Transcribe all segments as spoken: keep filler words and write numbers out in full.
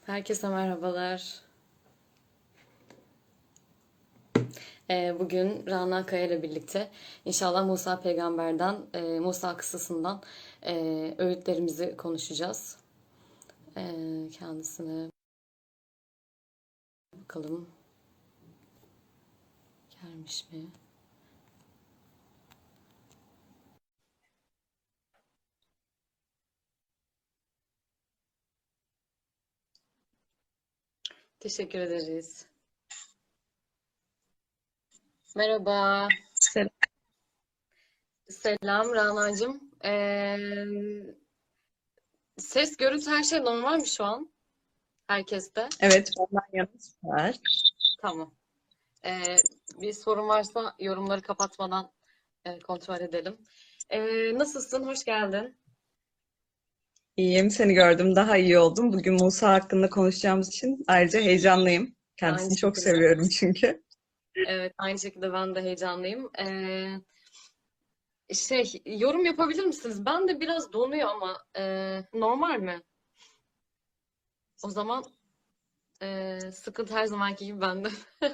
Herkese merhabalar. Ee, bugün Rana Kaya ile birlikte inşallah Musa Peygamber'den, e, Musa kıssasından e, öğütlerimizi konuşacağız. Ee, kendisine bakalım gelmiş mi? Teşekkür ederiz. Merhaba. Selam. Selam Rana'cığım. Ee, ses, görüntü her şey normal mi şu an? Herkeste? Evet, benden yana süper. Tamam. Ee, bir sorun varsa yorumları kapatmadan e, kontrol edelim. Ee, nasılsın? Hoş geldin. İyiyim, seni gördüm. Daha iyi oldum. Bugün Musa hakkında konuşacağımız için ayrıca heyecanlıyım. Aynı Kendisini çok şekilde. seviyorum çünkü. Evet, aynı şekilde ben de heyecanlıyım. Ee, şey, yorum yapabilir misiniz? Ben de biraz donuyor ama e, normal mi? O zaman e, sıkıntı her zamanki gibi bende.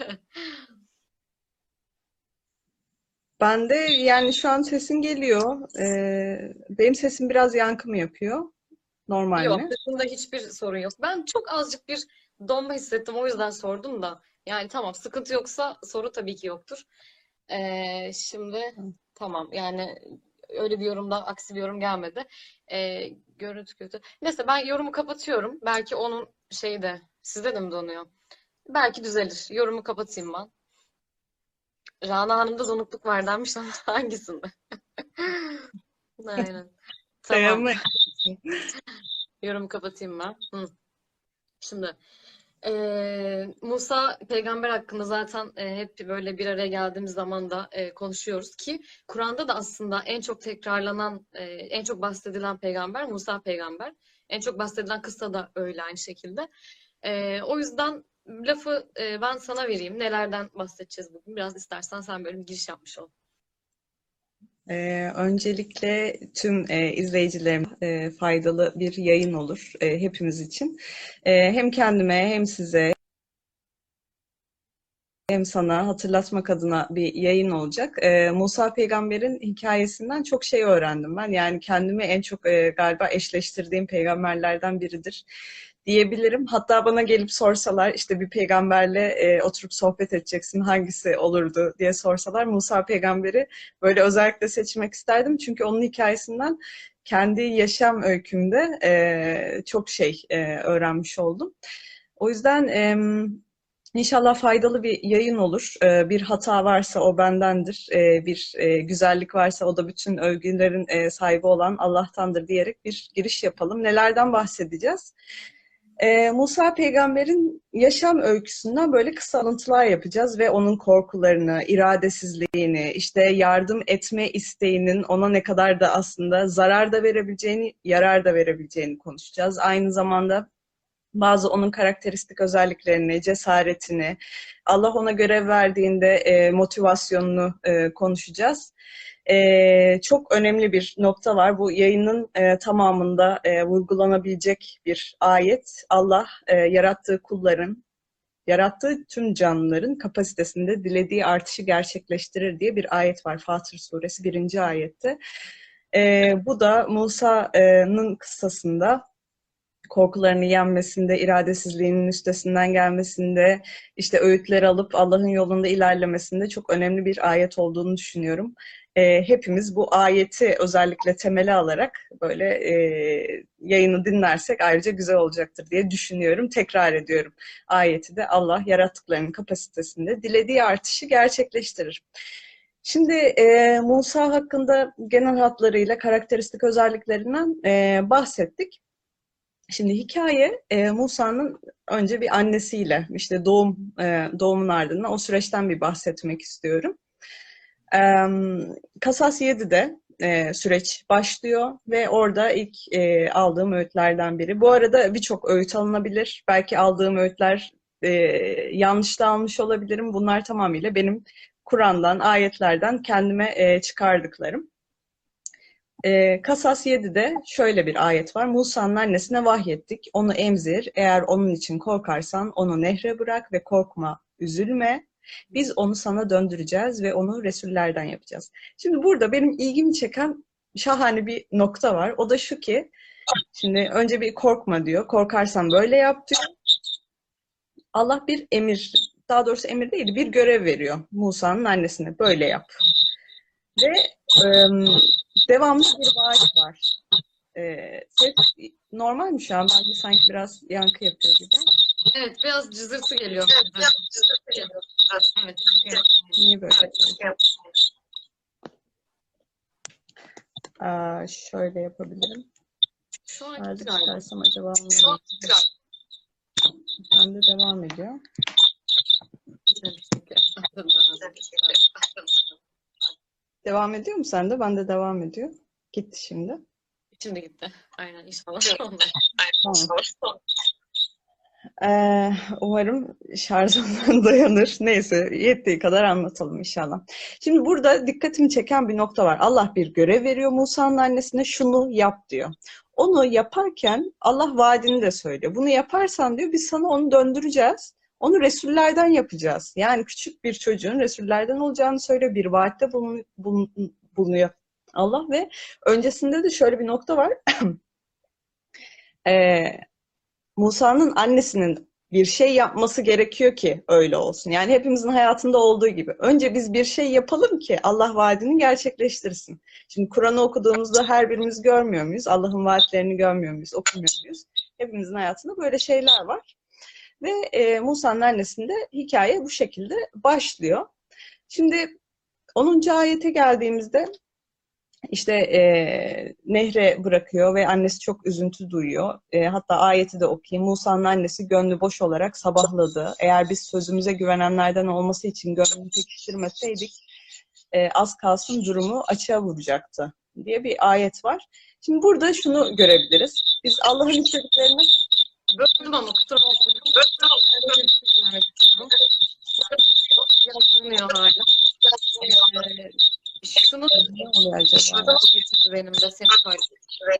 Ben de yani şu an sesin geliyor. Ee, benim sesim biraz yankı mı yapıyor? Normal Yok, mi? dışında hiçbir sorun yok. Ben çok azıcık bir donma hissettim, o yüzden sordum da. Yani tamam, sıkıntı yoksa soru tabii ki yoktur. Ee, şimdi tamam, yani öyle bir yorumda aksi bir yorum gelmedi. Ee, görüntü kötü. Neyse, ben yorumu kapatıyorum. Belki onun şeyi de sizde de mi donuyor? Belki düzelir. Yorumu kapatayım ben. Rana Hanım'da donukluk var denmiş ama hangisinde? Aynen. Tamam. Dayanamıyorum. Yorumu kapatayım ben. Hı. Şimdi Ee, Musa peygamber hakkında zaten e, hep böyle bir araya geldiğimiz zaman da e, konuşuyoruz ki Kur'an'da da aslında en çok tekrarlanan, e, en çok bahsedilen peygamber Musa peygamber. En çok bahsedilen kıssa da öyle aynı şekilde. E, o yüzden lafı e, ben sana vereyim. Nelerden bahsedeceğiz bugün? Biraz istersen sen böyle bir giriş yapmış ol. Ee, öncelikle tüm e, izleyicilerim e, faydalı bir yayın olur e, hepimiz için. E, hem kendime hem size hem sana hatırlatmak adına bir yayın olacak. Ee, Musa Peygamber'in hikayesinden çok şey öğrendim ben. Yani kendimi en çok e, galiba eşleştirdiğim peygamberlerden biridir diyebilirim. Hatta bana gelip sorsalar işte bir peygamberle e, oturup sohbet edeceksin hangisi olurdu diye sorsalar Musa Peygamber'i böyle özellikle seçmek isterdim. Çünkü onun hikayesinden kendi yaşam öykümde e, çok şey e, öğrenmiş oldum. O yüzden e, İnşallah faydalı bir yayın olur. Ee, bir hata varsa o bendendir. Ee, bir e, güzellik varsa o da bütün övgülerin e, sahibi olan Allah'tandır diyerek bir giriş yapalım. Nelerden bahsedeceğiz? Ee, Musa peygamberin yaşam öyküsünden böyle kısa alıntılar yapacağız ve onun korkularını, iradesizliğini, işte yardım etme isteğinin ona ne kadar da aslında zarar da verebileceğini, yarar da verebileceğini konuşacağız. Aynı zamanda bazı onun karakteristik özelliklerini, cesaretini, Allah ona görev verdiğinde e, motivasyonunu e, konuşacağız. E, çok önemli bir nokta var. Bu yayının e, tamamında e, vurgulanabilecek bir ayet. Allah e, yarattığı kulların, yarattığı tüm canlıların kapasitesinde dilediği artışı gerçekleştirir diye bir ayet var. Fatır suresi birinci ayette. E, bu da Musa'nın kıssasında korkularını yenmesinde, iradesizliğinin üstesinden gelmesinde, işte öğütleri alıp Allah'ın yolunda ilerlemesinde çok önemli bir ayet olduğunu düşünüyorum. E, hepimiz bu ayeti özellikle temeli alarak böyle e, yayını dinlersek ayrıca güzel olacaktır diye düşünüyorum. Tekrar ediyorum. Ayeti de Allah yarattıklarının kapasitesinde dilediği artışı gerçekleştirir. Şimdi e, Musa hakkında genel hatlarıyla karakteristik özelliklerinden e, bahsettik. Şimdi hikaye e, Musa'nın önce bir annesiyle işte doğum e, doğumun ardından o süreçten bir bahsetmek istiyorum. E, Kasas yedide e, süreç başlıyor ve orada ilk e, aldığım öğütlerden biri. Bu arada birçok öğüt alınabilir. Belki aldığım öğütler e, yanlış da almış olabilirim. Bunlar tamamıyla benim Kur'an'dan, ayetlerden kendime e, çıkardıklarım. Ee, Kasas yedide şöyle bir ayet var. Musa'nın annesine vahyettik. Onu emzir. Eğer onun için korkarsan onu nehre bırak ve korkma, üzülme. Biz onu sana döndüreceğiz ve onu Resullerden yapacağız. Şimdi burada benim ilgimi çeken şahane bir nokta var. O da şu ki, şimdi önce bir korkma diyor. Korkarsan böyle yap diyor. Allah bir emir, daha doğrusu emir değil, bir görev veriyor Musa'nın annesine. Böyle yap. Ve e, devamlı bir vaat var. Ee, ses normal mi şu an? Bence sanki biraz yankı yapıyor gibi. Evet, biraz cızırtı geliyor. Evet. Niye böyle? Aa, şöyle yapabilirim. Şu an Şarjı gitti galiba. çıkarsam acaba anlamadım. Ben de devam ediyor. Devam ediyor mu sende? Ben de devam ediyor. Gitti şimdi. Şimdi gitti. Aynen inşallah. Tamam. Ee, umarım şarjımdan dayanır. Neyse, yettiği kadar anlatalım inşallah. Şimdi burada dikkatimi çeken bir nokta var. Allah bir görev veriyor Musa'nın annesine, şunu yap diyor. Onu yaparken Allah vaadini de söylüyor. Bunu yaparsan diyor, biz sana onu döndüreceğiz. Onu Resullerden yapacağız. Yani küçük bir çocuğun Resullerden olacağını söylüyor. Bir vaatte bulun, bulun, bulunuyor Allah ve öncesinde de şöyle bir nokta var. Ee, Musa'nın annesinin bir şey yapması gerekiyor ki öyle olsun. Yani hepimizin hayatında olduğu gibi. Önce biz bir şey yapalım ki Allah vaadini gerçekleştirsin. Şimdi Kur'an'ı okuduğumuzda her birimiz görmüyor muyuz? Allah'ın vaatlerini görmüyor muyuz? Okumuyor muyuz? Hepimizin hayatında böyle şeyler var. Ve e, Musa'nın annesinde hikaye bu şekilde başlıyor. Şimdi onuncu ayete geldiğimizde İşte e, nehre bırakıyor ve annesi çok üzüntü duyuyor. E, hatta ayeti de okuyayım. Musa'nın annesi gönlü boş olarak sabahladı. Eğer biz sözümüze güvenenlerden olması için gönlünü pekiştirmeseydik e, az kalsın durumu açığa vuracaktı diye bir ayet var. Şimdi burada şunu görebiliriz. Biz Allah'ın istediklerini Böldüm ama kusura bakmayın. Yapılmıyor hala. Ee, şunu ne oluyor acaba? şurada getirdi benim de seni paylaştım.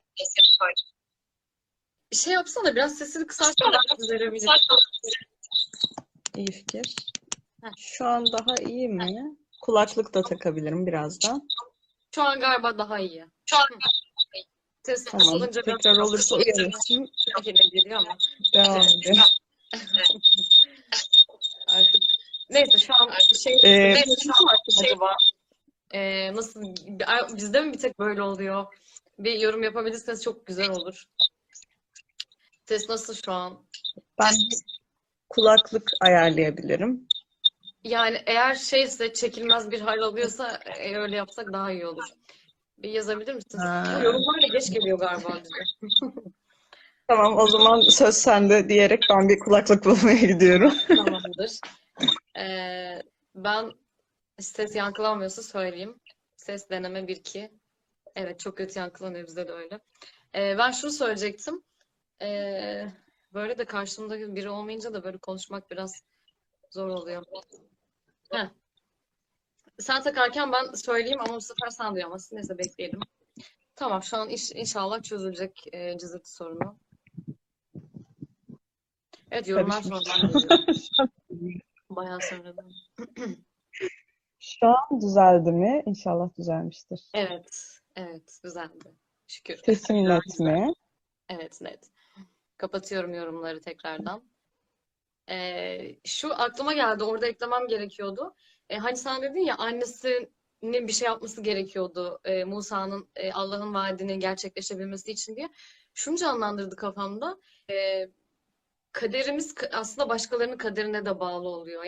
Bir şey yapsana biraz sesini kısarsana ben düzelebilir. İyi fikir. Heh. Şu an daha iyi mi? Kulaklık da takabilirim birazdan. Şu an galiba daha iyi. Şu an ses Tamam. kısılınca biraz Tekrar olursa uyarırsın. şekilde geliyor ama. Devam edelim. Artık. Neyse şu an şey Ee, neyse, şu an artık acaba e, nasıl bizde mi bir tek böyle oluyor? Bir yorum yapabilirseniz çok güzel olur. Ses nasıl şu an? Ben kulaklık ayarlayabilirim. Yani eğer şeyse çekilmez bir hal alıyorsa e, öyle yapsak daha iyi olur. Bir yazabilir misiniz? Ha. Bu yorumlar da geç geliyor galiba bize. Tamam, o zaman söz sende diyerek ben bir kulaklık bulmaya gidiyorum. Tamamdır. Ee, ben ses yankılanmıyorsa söyleyeyim. Ses deneme bir iki. Evet çok kötü yankılanıyor bizde de öyle. Ee, ben şunu söyleyecektim. Ee, böyle de karşımda biri olmayınca da böyle konuşmak biraz zor oluyor. Heh. Sen takarken ben söyleyeyim ama bu sefer sen duyamazsın. Neyse bekleyelim. Tamam şu an iş, inşallah çözülecek e, cızırtı sorunu. Evet yorumlar Karışmış. sonradan geliyor. Bayağı sonradan. Şu an düzeldi mi? İnşallah düzelmiştir. Evet. Evet. Düzeldi. Şükür. Sesim net mi? Evet net. Kapatıyorum yorumları tekrardan. Ee, şu aklıma geldi. Orada eklemem gerekiyordu. Ee, hani sen dedin ya annesinin bir şey yapması gerekiyordu. Ee, Musa'nın e, Allah'ın vaadinin gerçekleşebilmesi için diye. Şunu canlandırdı kafamda. Ee, kaderimiz k- aslında başkalarının kaderine de bağlı oluyor.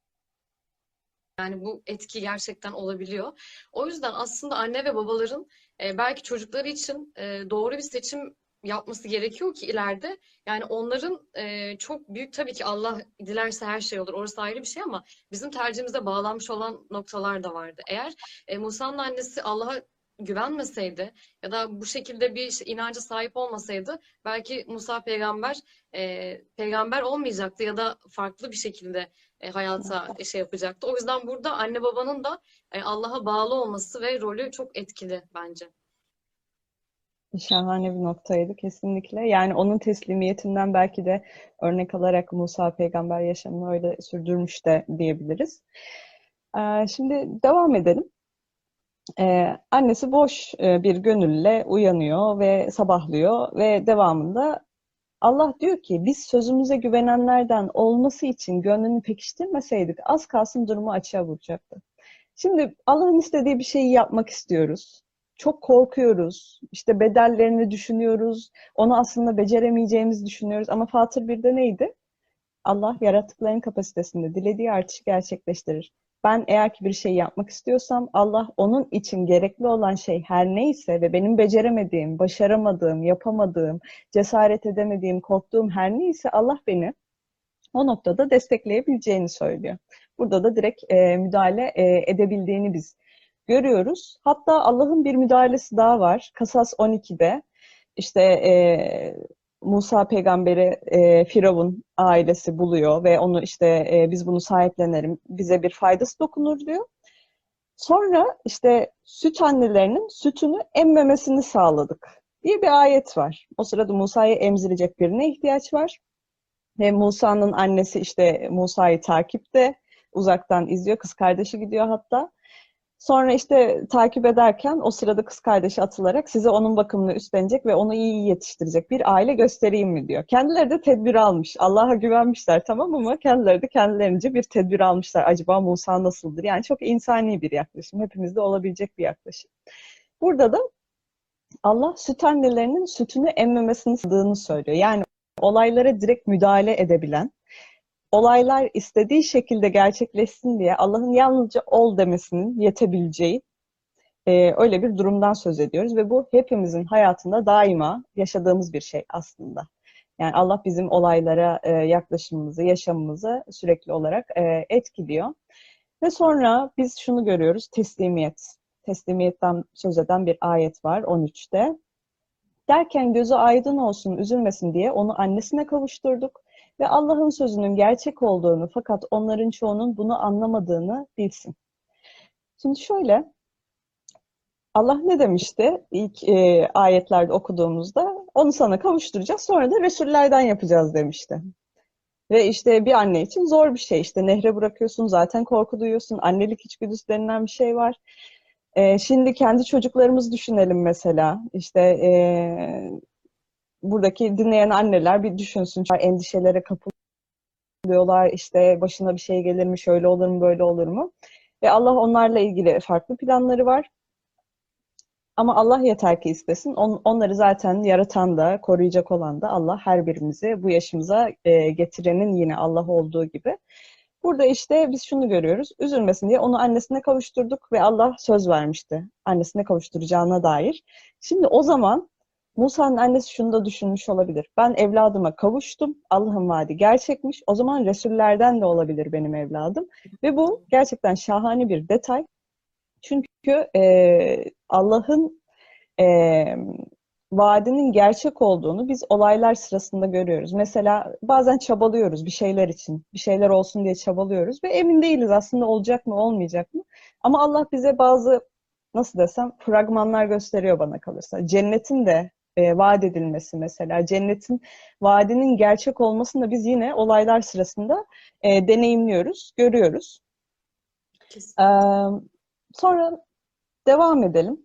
Yani bu etki gerçekten olabiliyor. O yüzden aslında anne ve babaların e, belki çocukları için e, doğru bir seçim yapması gerekiyor ki ileride. Yani onların e, çok büyük tabii ki Allah dilerse her şey olur. Orası ayrı bir şey ama bizim tercihimize bağlanmış olan noktalar da vardı. Eğer e, Musa'nın annesi Allah'a güvenmeseydi ya da bu şekilde bir işte inanca sahip olmasaydı belki Musa peygamber e, peygamber olmayacaktı ya da farklı bir şekilde e, hayata e, şey yapacaktı. O yüzden burada anne babanın da e, Allah'a bağlı olması ve rolü çok etkili bence. Şahane bir noktaydı kesinlikle. Yani onun teslimiyetinden belki de örnek alarak Musa peygamber yaşamını öyle sürdürmüş de diyebiliriz. Ee, şimdi devam edelim. Ee, annesi boş e, bir gönülle uyanıyor ve sabahlıyor ve devamında Allah diyor ki biz sözümüze güvenenlerden olması için gönlünü pekiştirmeseydik az kalsın durumu açığa vuracaktı. Şimdi Allah'ın istediği bir şeyi yapmak istiyoruz. Çok korkuyoruz. İşte bedellerini düşünüyoruz. Onu aslında beceremeyeceğimizi düşünüyoruz. Ama Fatır birde neydi? Allah yarattıkların kapasitesinde dilediği artışı gerçekleştirir. Ben eğer ki bir şey yapmak istiyorsam Allah onun için gerekli olan şey her neyse ve benim beceremediğim, başaramadığım, yapamadığım, cesaret edemediğim, korktuğum her neyse Allah beni o noktada destekleyebileceğini söylüyor. Burada da direkt e, müdahale e, edebildiğini biz görüyoruz. Hatta Allah'ın bir müdahalesi daha var. Kasas on ikide işte e, Musa peygamberi e, Firavun ailesi buluyor ve onu işte e, biz bunu sahiplenelim, bize bir faydası dokunur diyor. Sonra işte süt annelerinin sütünü emmemesini sağladık diye bir ayet var. O sırada Musa'yı emzirecek birine ihtiyaç var. Ve Musa'nın annesi işte Musa'yı takipte, uzaktan izliyor. Kız kardeşi gidiyor hatta. Sonra işte takip ederken o sırada kız kardeşi atılarak size onun bakımını üstlenecek ve onu iyi yetiştirecek bir aile göstereyim mi diyor. Kendileri de tedbir almış. Allah'a güvenmişler tamam ama kendileri de kendilerince bir tedbir almışlar. Acaba Musa nasıldır? Yani çok insani bir yaklaşım. Hepimizde olabilecek bir yaklaşım. Burada da Allah süt annelerinin sütünü emmemesini sağladığını söylüyor. Yani olaylara direkt müdahale edebilen, olaylar istediği şekilde gerçekleşsin diye Allah'ın yalnızca ol demesinin yetebileceği e, öyle bir durumdan söz ediyoruz ve bu hepimizin hayatında daima yaşadığımız bir şey aslında. Yani Allah bizim olaylara e, yaklaşımımızı, yaşamımızı sürekli olarak e, etkiliyor. Ve sonra biz şunu görüyoruz, teslimiyet. Teslimiyetten söz eden bir ayet var on üçte. Derken gözü aydın olsun, üzülmesin diye onu annesine kavuşturduk ve Allah'ın sözünün gerçek olduğunu fakat onların çoğunun bunu anlamadığını bilsin. Şimdi şöyle, Allah ne demişti ilk e, ayetlerde okuduğumuzda? Onu sana kavuşturacağız, sonra da Resullerden yapacağız demişti. Ve işte bir anne için zor bir şey. İşte nehre bırakıyorsun, zaten korku duyuyorsun, annelik içgüdüsü denilen bir şey var. E, şimdi kendi çocuklarımızı düşünelim mesela. İşte e, buradaki dinleyen anneler bir düşünsün. Endişelere kapılıyorlar. İşte başına bir şey gelir mi, şöyle olur mu, böyle olur mu? Ve Allah onlarla ilgili farklı planları var. Ama Allah yeter ki istesin. On, onları zaten yaratan da, koruyacak olan da Allah her birimizi bu yaşımıza e, getirenin yine Allah olduğu gibi. Burada işte biz şunu görüyoruz. Üzülmesin diye onu annesine kavuşturduk ve Allah söz vermişti annesine kavuşturacağına dair. Şimdi o zaman Musa'nın annesi şunu da düşünmüş olabilir. Ben evladıma kavuştum. Allah'ın vaadi gerçekmiş. O zaman Resullerden de olabilir benim evladım. Ve bu gerçekten şahane bir detay. Çünkü e, Allah'ın e, vaadinin gerçek olduğunu biz olaylar sırasında görüyoruz. Mesela bazen çabalıyoruz bir şeyler için. Bir şeyler olsun diye çabalıyoruz ve emin değiliz aslında olacak mı olmayacak mı. Ama Allah bize bazı nasıl desem fragmanlar gösteriyor bana kalırsa. Cennetin de e, vaat edilmesi mesela. Cennetin vaadinin gerçek olmasını da biz yine olaylar sırasında e, deneyimliyoruz, görüyoruz. E, Kesinlikle. sonra devam edelim.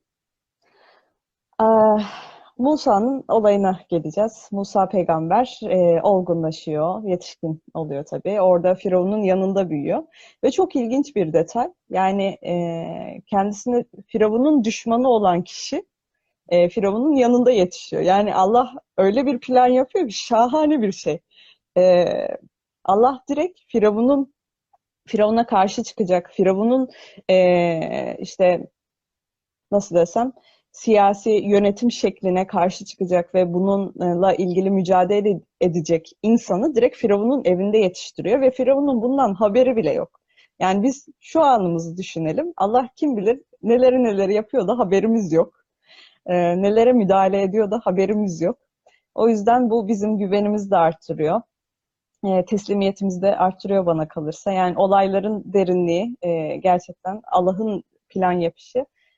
Ah, Musa'nın olayına geleceğiz. Musa peygamber e, olgunlaşıyor, yetişkin oluyor tabii. Orada Firavun'un yanında büyüyor. Ve çok ilginç bir detay. Yani e, kendisine Firavun'un düşmanı olan kişi e, Firavun'un yanında yetişiyor. Yani Allah öyle bir plan yapıyor ki şahane bir şey. E, Allah direkt Firavun'un Firavun'a karşı çıkacak. Firavun'un e, işte nasıl desem siyasi yönetim şekline karşı çıkacak ve bununla ilgili mücadele edecek insanı direkt Firavun'un evinde yetiştiriyor ve Firavun'un bundan haberi bile yok. Yani biz şu anımızı düşünelim. Allah kim bilir neleri neleri yapıyor da haberimiz yok. Ee, nelere müdahale ediyor da haberimiz yok. O yüzden bu bizim güvenimizi de arttırıyor. E, teslimiyetimizi de arttırıyor bana kalırsa. Yani olayların derinliği e, gerçekten Allah'ın plan yapışı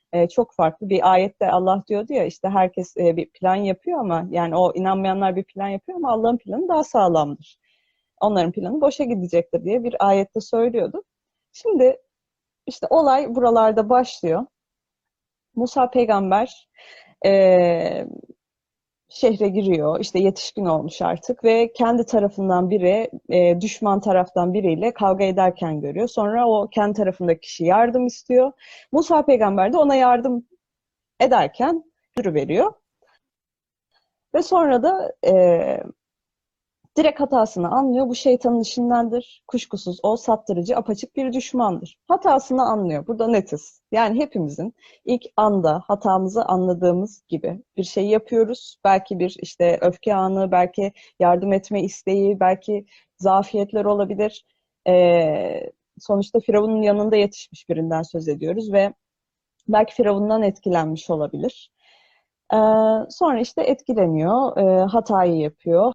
e, çok farklı. Bir ayette Allah diyordu ya işte herkes e, bir plan yapıyor ama yani o inanmayanlar bir plan yapıyor ama Allah'ın planı daha sağlamdır. Onların planı boşa gidecektir diye bir ayette söylüyordu. Şimdi işte olay buralarda başlıyor. Musa peygamber e, şehre giriyor. İşte yetişkin olmuş artık ve kendi tarafından biri, e, düşman taraftan biriyle kavga ederken görüyor. Sonra o kendi tarafındaki kişi yardım istiyor. Musa peygamber de ona yardım ederken veriyor. Ve sonra da e, direkt hatasını anlıyor. Bu şeytanın işindendir. Kuşkusuz o saptırıcı, apaçık bir düşmandır. Hatasını anlıyor. Burada netiz. Yani hepimizin ilk anda hatamızı anladığımız gibi bir şey yapıyoruz. Belki bir işte öfke anı, belki yardım etme isteği, belki zafiyetler olabilir. Ee, sonuçta Firavun'un yanında yetişmiş birinden söz ediyoruz ve belki Firavun'dan etkilenmiş olabilir. Ee, sonra işte etkileniyor, e, hatayı yapıyor.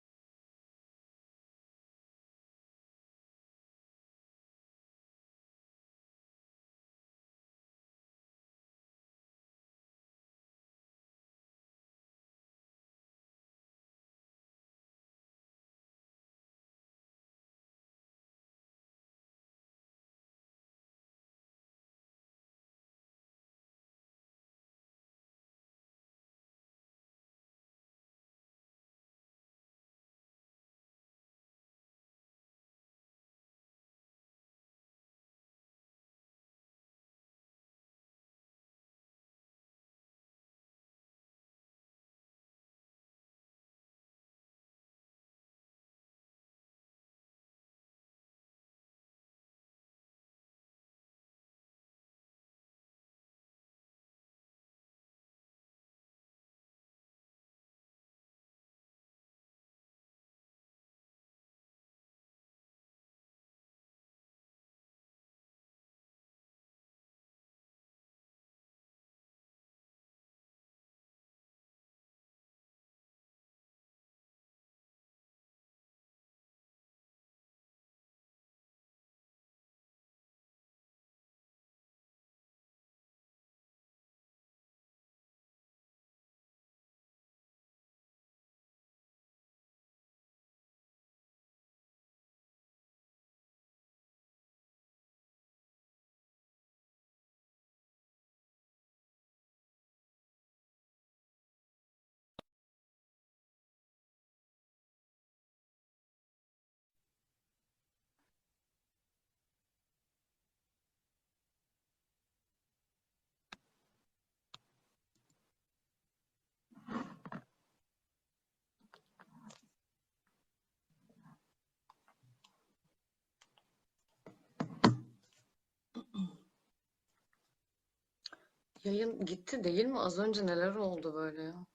Yayın gitti değil mi? Az önce neler oldu böyle ya?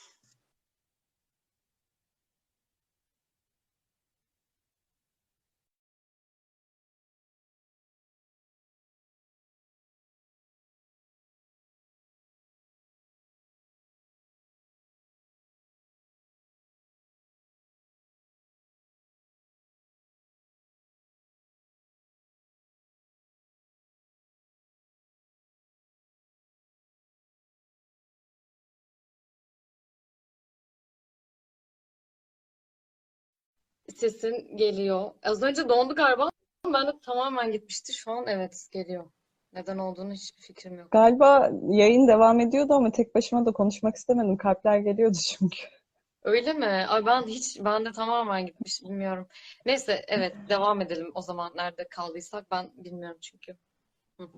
Sesin geliyor. Az önce dondu galiba ama ben de tamamen gitmişti. Şu an evet geliyor. Neden olduğunu hiçbir fikrim yok. Galiba yayın devam ediyordu ama tek başıma da konuşmak istemedim. Kalpler geliyordu çünkü. Öyle mi? Ay ben hiç ben de tamamen gitmiş bilmiyorum. Neyse evet devam edelim o zaman nerede kaldıysak ben bilmiyorum çünkü. Hı.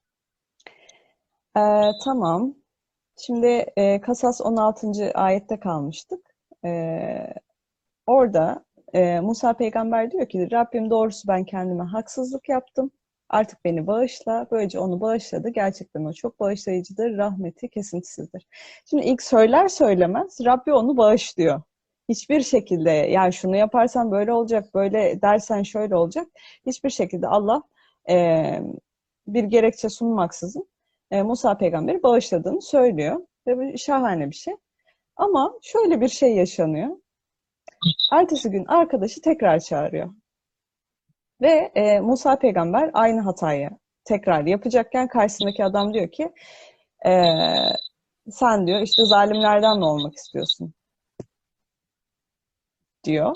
Ee, tamam. Şimdi e, Kasas on altıncı ayette kalmıştık. Ee, orada e, Musa peygamber diyor ki Rabbim doğrusu ben kendime haksızlık yaptım. Artık beni bağışla. Böylece onu bağışladı. Gerçekten o çok bağışlayıcıdır. Rahmeti kesintisizdir. Şimdi ilk söyler söylemez Rabbi onu bağışlıyor. Hiçbir şekilde yani şunu yaparsan böyle olacak, böyle dersen şöyle olacak. Hiçbir şekilde Allah e, bir gerekçe sunmaksızın e, Musa peygamberi bağışladığını söylüyor. Ve bu şahane bir şey. Ama şöyle bir şey yaşanıyor. Ertesi gün arkadaşı tekrar çağırıyor. Ve e, Musa peygamber aynı hatayı tekrar yapacakken karşısındaki adam diyor ki Ee, Sen diyor işte zalimlerden mi olmak istiyorsun diyor.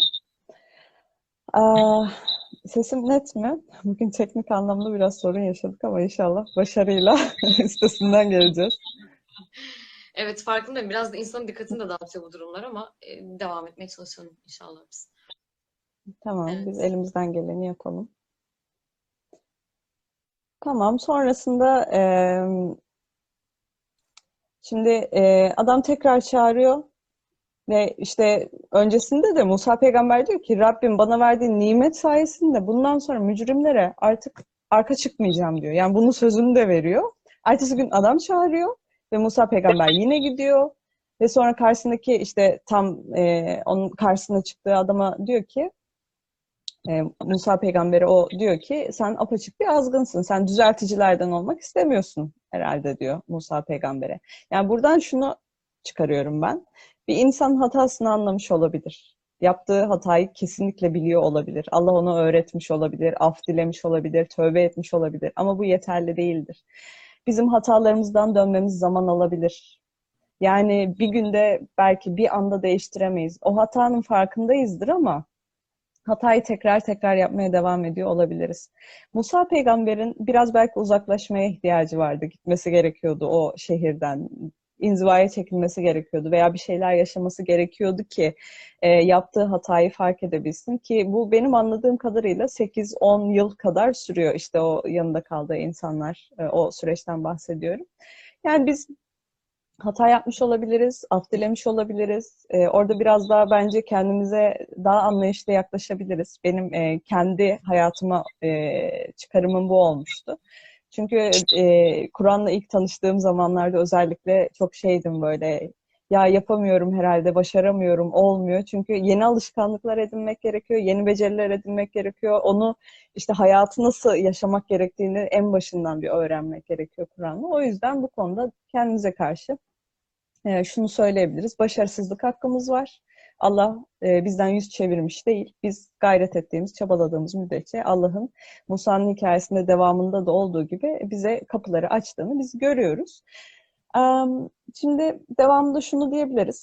Aa, sesim net mi? Bugün teknik anlamda biraz sorun yaşadık ama inşallah başarıyla üstesinden geleceğiz. Evet, farkındayım. Biraz da insanın dikkatini de dağıtıyor bu durumlar ama e, devam etmeye çalışalım inşallah biz. Tamam, biz Evet. elimizden geleni yapalım. Tamam, sonrasında eee, şimdi eee, adam tekrar çağırıyor ve işte öncesinde de Musa peygamber diyor ki Rabbim bana verdiğin nimet sayesinde bundan sonra mücrimlere artık arka çıkmayacağım diyor. Yani bunun sözünü de veriyor. Ertesi gün adam çağırıyor ve Musa peygamber yine gidiyor ve sonra karşısındaki işte tam eee, onun karşısına çıktığı adama diyor ki e, Musa peygambere o diyor ki sen apaçık bir azgınsın. Sen düzelticilerden olmak istemiyorsun herhalde diyor Musa peygambere. Yani buradan şunu çıkarıyorum ben. Bir insan hatasını anlamış olabilir. Yaptığı hatayı kesinlikle biliyor olabilir. Allah ona öğretmiş olabilir, af dilemiş olabilir, tövbe etmiş olabilir. Ama bu yeterli değildir. Bizim hatalarımızdan dönmemiz zaman alabilir. Yani bir günde belki bir anda değiştiremeyiz. O hatanın farkındayızdır ama hatayı tekrar tekrar yapmaya devam ediyor olabiliriz. Musa peygamberin biraz belki uzaklaşmaya ihtiyacı vardı. Gitmesi gerekiyordu o şehirden. İnzivaya çekilmesi gerekiyordu veya bir şeyler yaşaması gerekiyordu ki e, yaptığı hatayı fark edebilsin ki bu benim anladığım kadarıyla sekiz on yıl kadar sürüyor işte o yanında kaldığı insanlar e, o süreçten bahsediyorum. Yani biz hata yapmış olabiliriz, af dilemiş olabiliriz. Ee, orada biraz daha bence kendimize daha anlayışla yaklaşabiliriz. Benim e, kendi hayatıma e, çıkarımım bu olmuştu. Çünkü e, Kur'an'la ilk tanıştığım zamanlarda özellikle çok şeydim böyle, ya yapamıyorum herhalde, başaramıyorum, olmuyor. Çünkü yeni alışkanlıklar edinmek gerekiyor, yeni beceriler edinmek gerekiyor. Onu işte hayatı nasıl yaşamak gerektiğini en başından bir öğrenmek gerekiyor Kur'an'la. O yüzden bu konuda kendimize karşı e, şunu söyleyebiliriz. Başarısızlık hakkımız var. Allah e, bizden yüz çevirmiş değil. Biz gayret ettiğimiz, çabaladığımız müddetçe Allah'ın Musa'nın hikayesinde devamında da olduğu gibi bize kapıları açtığını biz görüyoruz. Um, Şimdi devamında şunu diyebiliriz.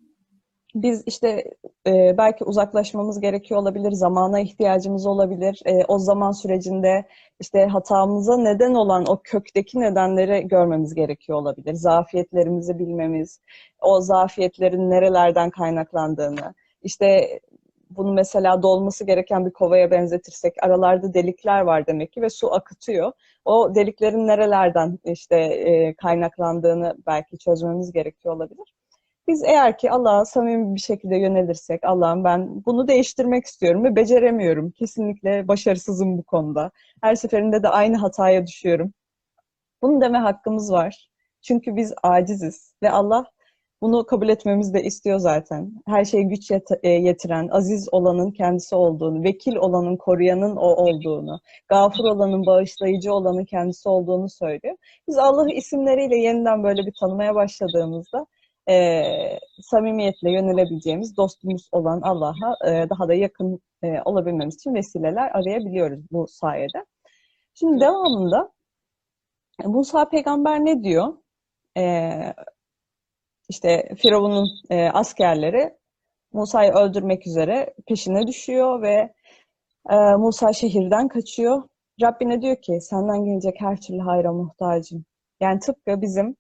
Biz işte e, belki uzaklaşmamız gerekiyor olabilir, zamana ihtiyacımız olabilir. E, o zaman sürecinde işte hatamıza neden olan o kökteki nedenleri görmemiz gerekiyor olabilir. Zafiyetlerimizi bilmemiz, o zafiyetlerin nerelerden kaynaklandığını. İşte bunu mesela dolması gereken bir kovaya benzetirsek aralarda delikler var demek ki ve su akıtıyor. O deliklerin nerelerden işte e, kaynaklandığını belki çözmemiz gerekiyor olabilir. Biz eğer ki Allah'a samimi bir şekilde yönelirsek, Allah'ım ben bunu değiştirmek istiyorum ve beceremiyorum. Kesinlikle başarısızım bu konuda. Her seferinde de aynı hataya düşüyorum. Bunu deme hakkımız var. Çünkü biz aciziz ve Allah bunu kabul etmemizi de istiyor zaten. Her şeye güç yet- e, yetiren, aziz olanın kendisi olduğunu, vekil olanın, koruyanın o olduğunu, gafur olanın, bağışlayıcı olanın kendisi olduğunu söylüyor. Biz Allah'ı isimleriyle yeniden böyle bir tanımaya başladığımızda e, samimiyetle yönelebileceğimiz dostumuz olan Allah'a e, daha da yakın e, olabilmemiz için vesileler arayabiliyoruz bu sayede. Şimdi devamında Musa peygamber ne diyor? Ee, işte Firavun'un e, askerleri Musa'yı öldürmek üzere peşine düşüyor ve e, Musa şehirden kaçıyor. Rabbine diyor ki senden gelecek her türlü hayra muhtacım. Yani tıpkı bizim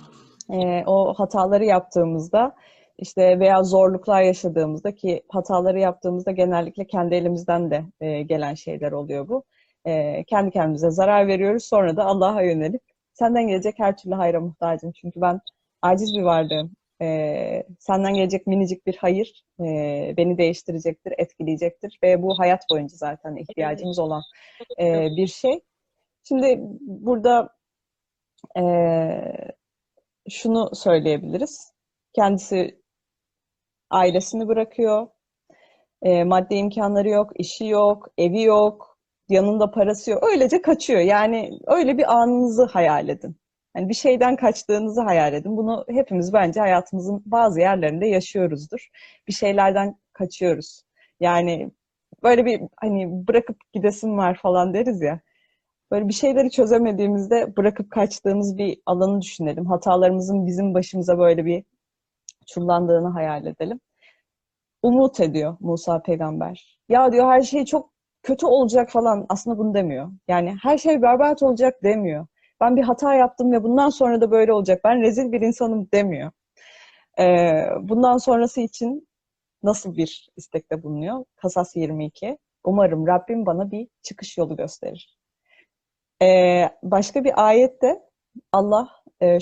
e, o hataları yaptığımızda işte veya zorluklar yaşadığımızda ki hataları yaptığımızda genellikle kendi elimizden de e, gelen şeyler oluyor bu. E, kendi kendimize zarar veriyoruz sonra da Allah'a yönelip senden gelecek her türlü hayra muhtacım. Çünkü ben aciz bir varlığım. E, senden gelecek minicik bir hayır e, beni değiştirecektir, etkileyecektir ve bu hayat boyunca zaten ihtiyacımız olan e, bir şey. Şimdi burada e, şunu söyleyebiliriz. Kendisi ailesini bırakıyor. E, maddi imkanları yok, işi yok, evi yok, yanında parası yok. Öylece kaçıyor. Yani öyle bir anınızı hayal edin. Yani bir şeyden kaçtığınızı hayal edin. Bunu hepimiz bence hayatımızın bazı yerlerinde yaşıyoruzdur. Bir şeylerden kaçıyoruz. Yani böyle bir hani bırakıp gidesim var falan deriz ya. Böyle bir şeyleri çözemediğimizde bırakıp kaçtığımız bir alanı düşünelim. Hatalarımızın bizim başımıza böyle bir çullandığını hayal edelim. Umut ediyor Musa peygamber. Ya diyor her şey çok kötü olacak falan. Aslında bunu demiyor. Yani her şey berbat olacak demiyor. Ben bir hata yaptım ve bundan sonra da böyle olacak. Ben rezil bir insanım demiyor. Ee, bundan sonrası için nasıl bir istekte bulunuyor? Kasas yirmi iki. Umarım Rabbim bana bir çıkış yolu gösterir. Ee, başka bir ayette Allah e,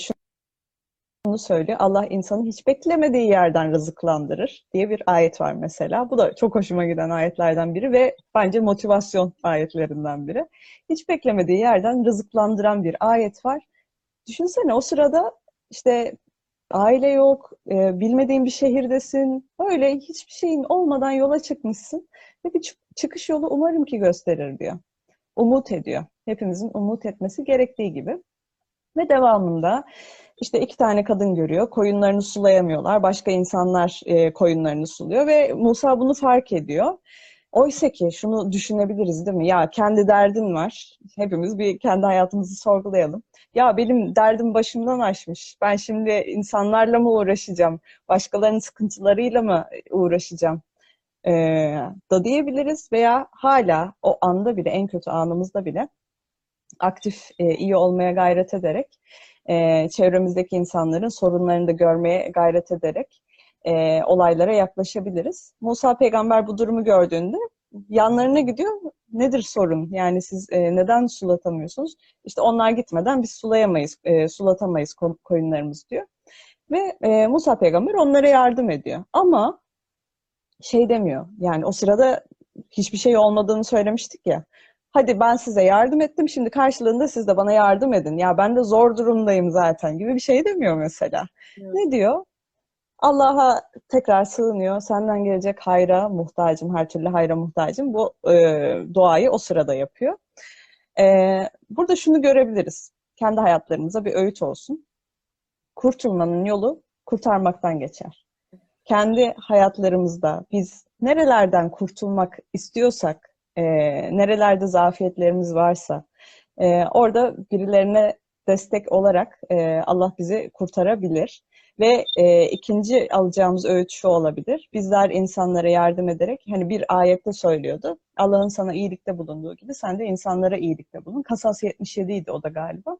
şunu söylüyor. Allah insanı hiç beklemediği yerden rızıklandırır diye bir ayet var mesela. Bu da çok hoşuma giden ayetlerden biri ve bence motivasyon ayetlerinden biri. Hiç beklemediği yerden rızıklandıran bir ayet var. Düşünsene o sırada işte aile yok, e, bilmediğin bir şehirdesin. Öyle hiçbir şeyin olmadan yola çıkmışsın ve bir çıkış yolu umarım ki gösterir diyor. Umut ediyor. Hepimizin umut etmesi gerektiği gibi. Ve devamında işte iki tane kadın görüyor. Koyunlarını sulayamıyorlar. Başka insanlar e, koyunlarını suluyor ve Musa bunu fark ediyor. Oysa ki şunu düşünebiliriz değil mi? Ya kendi derdin var. Hepimiz bir kendi hayatımızı sorgulayalım. Ya benim derdim başımdan aşmış. Ben şimdi insanlarla mı uğraşacağım? Başkalarının sıkıntılarıyla mı uğraşacağım? Ee, da diyebiliriz veya hala o anda bile, en kötü anımızda bile aktif, e, iyi olmaya gayret ederek, e, çevremizdeki insanların sorunlarını da görmeye gayret ederek e, olaylara yaklaşabiliriz. Musa peygamber bu durumu gördüğünde yanlarına gidiyor. Nedir sorun? Yani siz e, neden sulatamıyorsunuz? İşte onlar gitmeden biz sulayamayız, e, sulatamayız koyunlarımız diyor. Ve e, Musa peygamber onlara yardım ediyor. Ama şey demiyor. Yani o sırada hiçbir şey olmadığını söylemiştik ya. Hadi ben size yardım ettim. Şimdi karşılığında siz de bana yardım edin. Ya ben de zor durumdayım zaten gibi bir şey demiyor mesela. Evet. Ne diyor? Allah'a tekrar sığınıyor. Senden gelecek hayra muhtacım, her türlü hayra muhtacım. Bu e, duayı o sırada yapıyor. E, burada şunu görebiliriz. Kendi hayatlarımıza bir öğüt olsun. Kurtulmanın yolu kurtarmaktan geçer. Kendi hayatlarımızda biz nerelerden kurtulmak istiyorsak, e, nerelerde zafiyetlerimiz varsa, e, orada birilerine destek olarak e, Allah bizi kurtarabilir. Ve e, ikinci alacağımız öğüt şu olabilir. Bizler insanlara yardım ederek, hani bir ayette söylüyordu. Allah'ın sana iyilikte bulunduğu gibi sen de insanlara iyilikte bulun. Kasas yetmiş yedi idi o da galiba.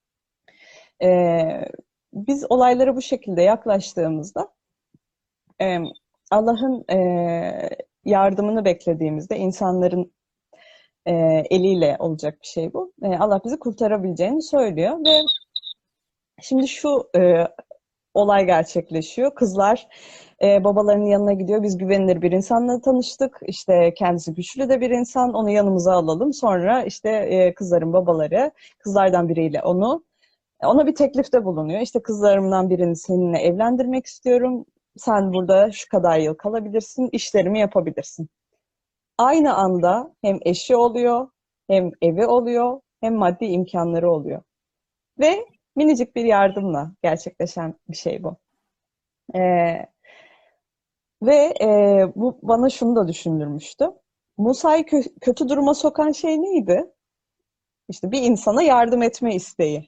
E, biz olaylara bu şekilde yaklaştığımızda e, Allah'ın e, yardımını beklediğimizde insanların e, eliyle olacak bir şey bu. E, Allah bizi kurtarabileceğini söylüyor ve şimdi şu e, olay gerçekleşiyor. Kızlar e, babalarının yanına gidiyor. Biz güvenilir bir insanla tanıştık. İşte kendisi güçlü de bir insan. Onu yanımıza alalım. Sonra işte e, kızların babaları kızlardan biriyle onu ona bir teklifte bulunuyor. İşte kızlarımdan birini seninle evlendirmek istiyorum. Sen burada şu kadar yıl kalabilirsin, işlerimi yapabilirsin. Aynı anda hem eşi oluyor, hem evi oluyor, hem maddi imkanları oluyor. Ve minicik bir yardımla gerçekleşen bir şey bu. Ee, ve e, bu bana şunu da düşündürmüştü. Musa'yı kö- kötü duruma sokan şey neydi? İşte bir insana yardım etme isteği.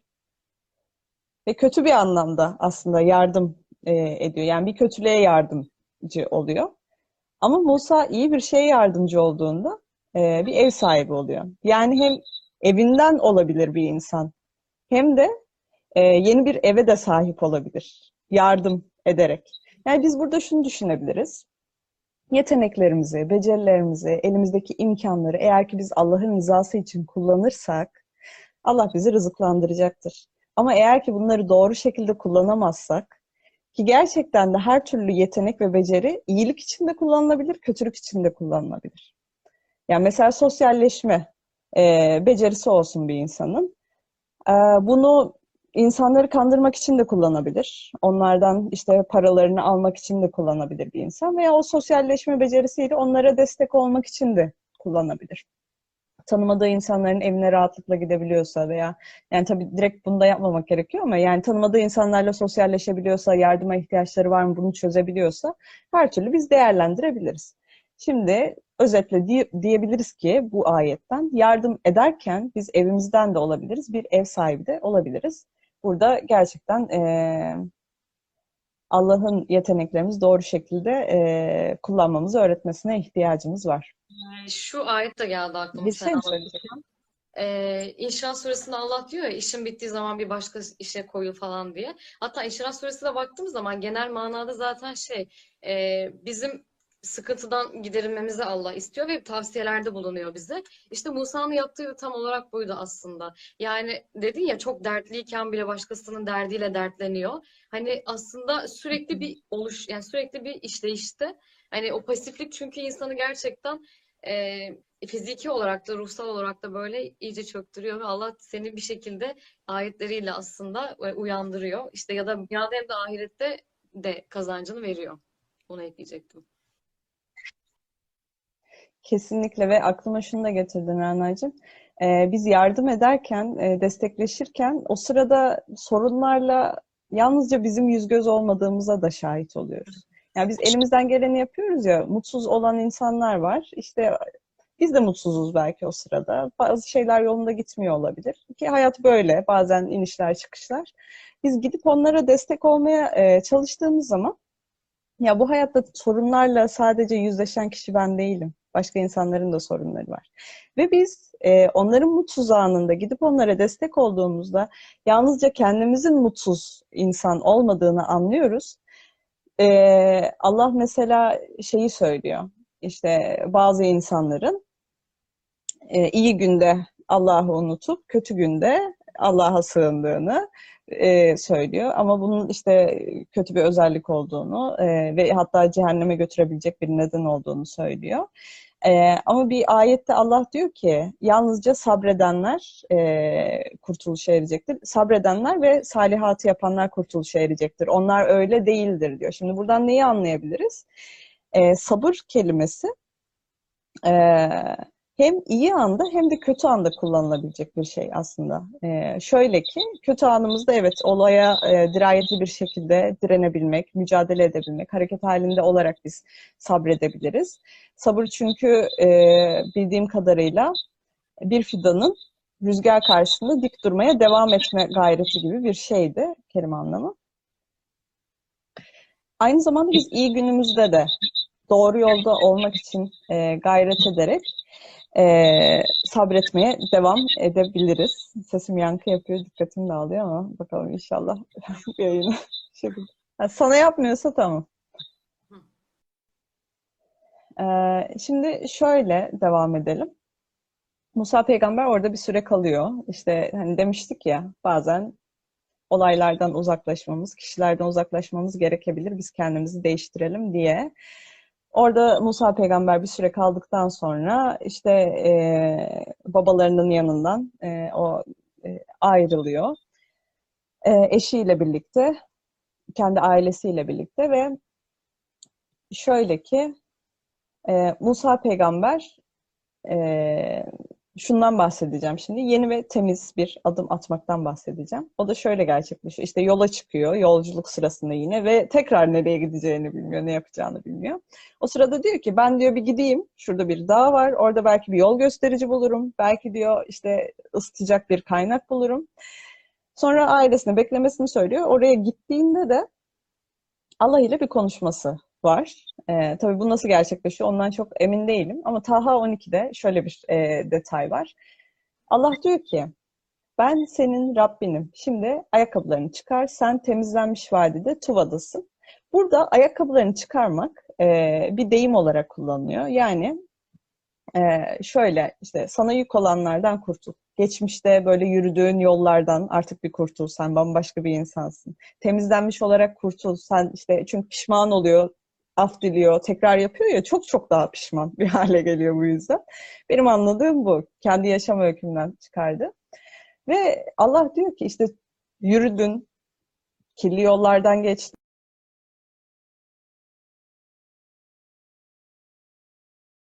Ve kötü bir anlamda aslında yardım e, ediyor. Yani bir kötülüğe yardımcı oluyor. Ama Musa iyi bir şeye yardımcı olduğunda e, bir ev sahibi oluyor. Yani hem evinden olabilir bir insan, hem de e, yeni bir eve de sahip olabilir. Yardım ederek. Yani biz burada şunu düşünebiliriz. Yeteneklerimizi, becerilerimizi, elimizdeki imkanları eğer ki biz Allah'ın rızası için kullanırsak Allah bizi rızıklandıracaktır. Ama eğer ki bunları doğru şekilde kullanamazsak, ki gerçekten de her türlü yetenek ve beceri iyilik için de kullanılabilir, kötülük için de kullanılabilir. Yani mesela sosyalleşme e, becerisi olsun bir insanın. E, bunu insanları kandırmak için de kullanabilir. Onlardan işte paralarını almak için de kullanabilir bir insan. Veya o sosyalleşme becerisiyle onlara destek olmak için de kullanabilir. Tanımadığı insanların evine rahatlıkla gidebiliyorsa veya yani tabii direkt bunu da yapmamak gerekiyor ama yani tanımadığı insanlarla sosyalleşebiliyorsa, yardıma ihtiyaçları var mı bunu çözebiliyorsa her türlü biz değerlendirebiliriz. Şimdi özetle diye, diyebiliriz ki bu ayetten yardım ederken biz evimizden de olabiliriz, bir ev sahibi de olabiliriz. Burada gerçekten e, Allah'ın yeteneklerimizi doğru şekilde e, kullanmamızı öğretmesine ihtiyacımız var. Ee, Şu ayet de geldi aklıma Bir sen şey mi söyleyecektin? anlatırken. Ee, İnşirah suresinde Allah diyor ya işin bittiği zaman bir başka işe koyul falan diye. Hatta İnşirah suresine baktığımız zaman genel manada zaten şey e, bizim sıkıntıdan giderilmemizi Allah istiyor ve tavsiyelerde bulunuyor bize. İşte Musa'nın yaptığı da tam olarak buydu aslında. Yani dedin ya çok dertliyken bile başkasının derdiyle dertleniyor. Hani aslında sürekli bir oluş yani sürekli bir işleyişte. Hani o pasiflik çünkü insanı gerçekten e, fiziki olarak da ruhsal olarak da böyle iyice çöktürüyor ve Allah seni bir şekilde ayetleriyle aslında e, uyandırıyor. İşte ya da dünyada hem de ahirette de kazancını veriyor. Onu ekleyecektim. Kesinlikle ve aklıma şunu da getirdin Rana'cığım. Ee, biz yardım ederken, e, destekleşirken o sırada sorunlarla yalnızca bizim yüz göz olmadığımıza da şahit oluyoruz. Yani biz elimizden geleni yapıyoruz ya, mutsuz olan insanlar var. İşte biz de mutsuzuz belki o sırada. Bazı şeyler yolunda gitmiyor olabilir. Ki hayat böyle, bazen inişler çıkışlar. Biz gidip onlara destek olmaya e, çalıştığımız zaman ya bu hayatta sorunlarla sadece yüzleşen kişi ben değilim. Başka insanların da sorunları var. Ve biz e, onların mutsuz anında gidip onlara destek olduğumuzda yalnızca kendimizin mutsuz insan olmadığını anlıyoruz. E, Allah mesela şeyi söylüyor. İşte bazı insanların e, iyi günde Allah'ı unutup kötü günde Allah'a sığındığını e, söylüyor. Ama bunun işte kötü bir özellik olduğunu e, ve hatta cehenneme götürebilecek bir neden olduğunu söylüyor. E, ama bir ayette Allah diyor ki yalnızca sabredenler e, kurtuluşa erecektir. Sabredenler ve salihatı yapanlar kurtuluşa erecektir. Onlar öyle değildir diyor. Şimdi buradan neyi anlayabiliriz? E, sabır kelimesi ee, hem iyi anda hem de kötü anda kullanılabilecek bir şey aslında. Ee, şöyle ki kötü anımızda evet olaya e, dirayetli bir şekilde direnebilmek, mücadele edebilmek, hareket halinde olarak biz sabredebiliriz. Sabır çünkü e, bildiğim kadarıyla bir fidanın rüzgar karşısında dik durmaya devam etme gayreti gibi bir şeydi kelime anlamı. Aynı zamanda biz iyi günümüzde de doğru yolda olmak için e, gayret ederek e, sabretmeye devam edebiliriz. Sesim yankı yapıyor, dikkatim dağılıyor ama bakalım inşallah yayını şekilde. Ha, sana yapmıyorsa tamam. E, Şimdi şöyle devam edelim. Musa peygamber orada bir süre kalıyor. İşte hani demiştik ya bazen olaylardan uzaklaşmamız, kişilerden uzaklaşmamız gerekebilir. Biz kendimizi değiştirelim diye. Orada Musa peygamber bir süre kaldıktan sonra işte e, babalarının yanından e, o e, ayrılıyor. E, eşiyle birlikte, kendi ailesiyle birlikte ve şöyle ki e, Musa peygamber e, şundan bahsedeceğim şimdi. Yeni ve temiz bir adım atmaktan bahsedeceğim. O da şöyle gerçekleşiyor. İşte yola çıkıyor yolculuk sırasında yine ve tekrar nereye gideceğini bilmiyor, ne yapacağını bilmiyor. O sırada diyor ki ben diyor bir gideyim. Şurada bir dağ var. Orada belki bir yol gösterici bulurum. Belki diyor işte ısıtacak bir kaynak bulurum. Sonra ailesine beklemesini söylüyor. Oraya gittiğinde de Allah ile bir konuşması var. Ee, tabii bu nasıl gerçekleşiyor ondan çok emin değilim. Ama Taha on ikide şöyle bir e, detay var. Allah diyor ki ben senin Rabbinim. Şimdi ayakkabılarını çıkar. Sen temizlenmiş vadide Tuva'dasın. Burada ayakkabılarını çıkarmak e, bir deyim olarak kullanılıyor. Yani e, şöyle işte sana yük olanlardan kurtul. Geçmişte böyle yürüdüğün yollardan artık bir kurtul. Sen bambaşka bir insansın. Temizlenmiş olarak kurtul. Sen işte çünkü pişman oluyor, af diliyor, tekrar yapıyor ya çok çok daha pişman bir hale geliyor bu yüzden. Benim anladığım bu. Kendi yaşam öykümden çıkardı. Ve Allah diyor ki işte yürüdün, kirli yollardan geçtin.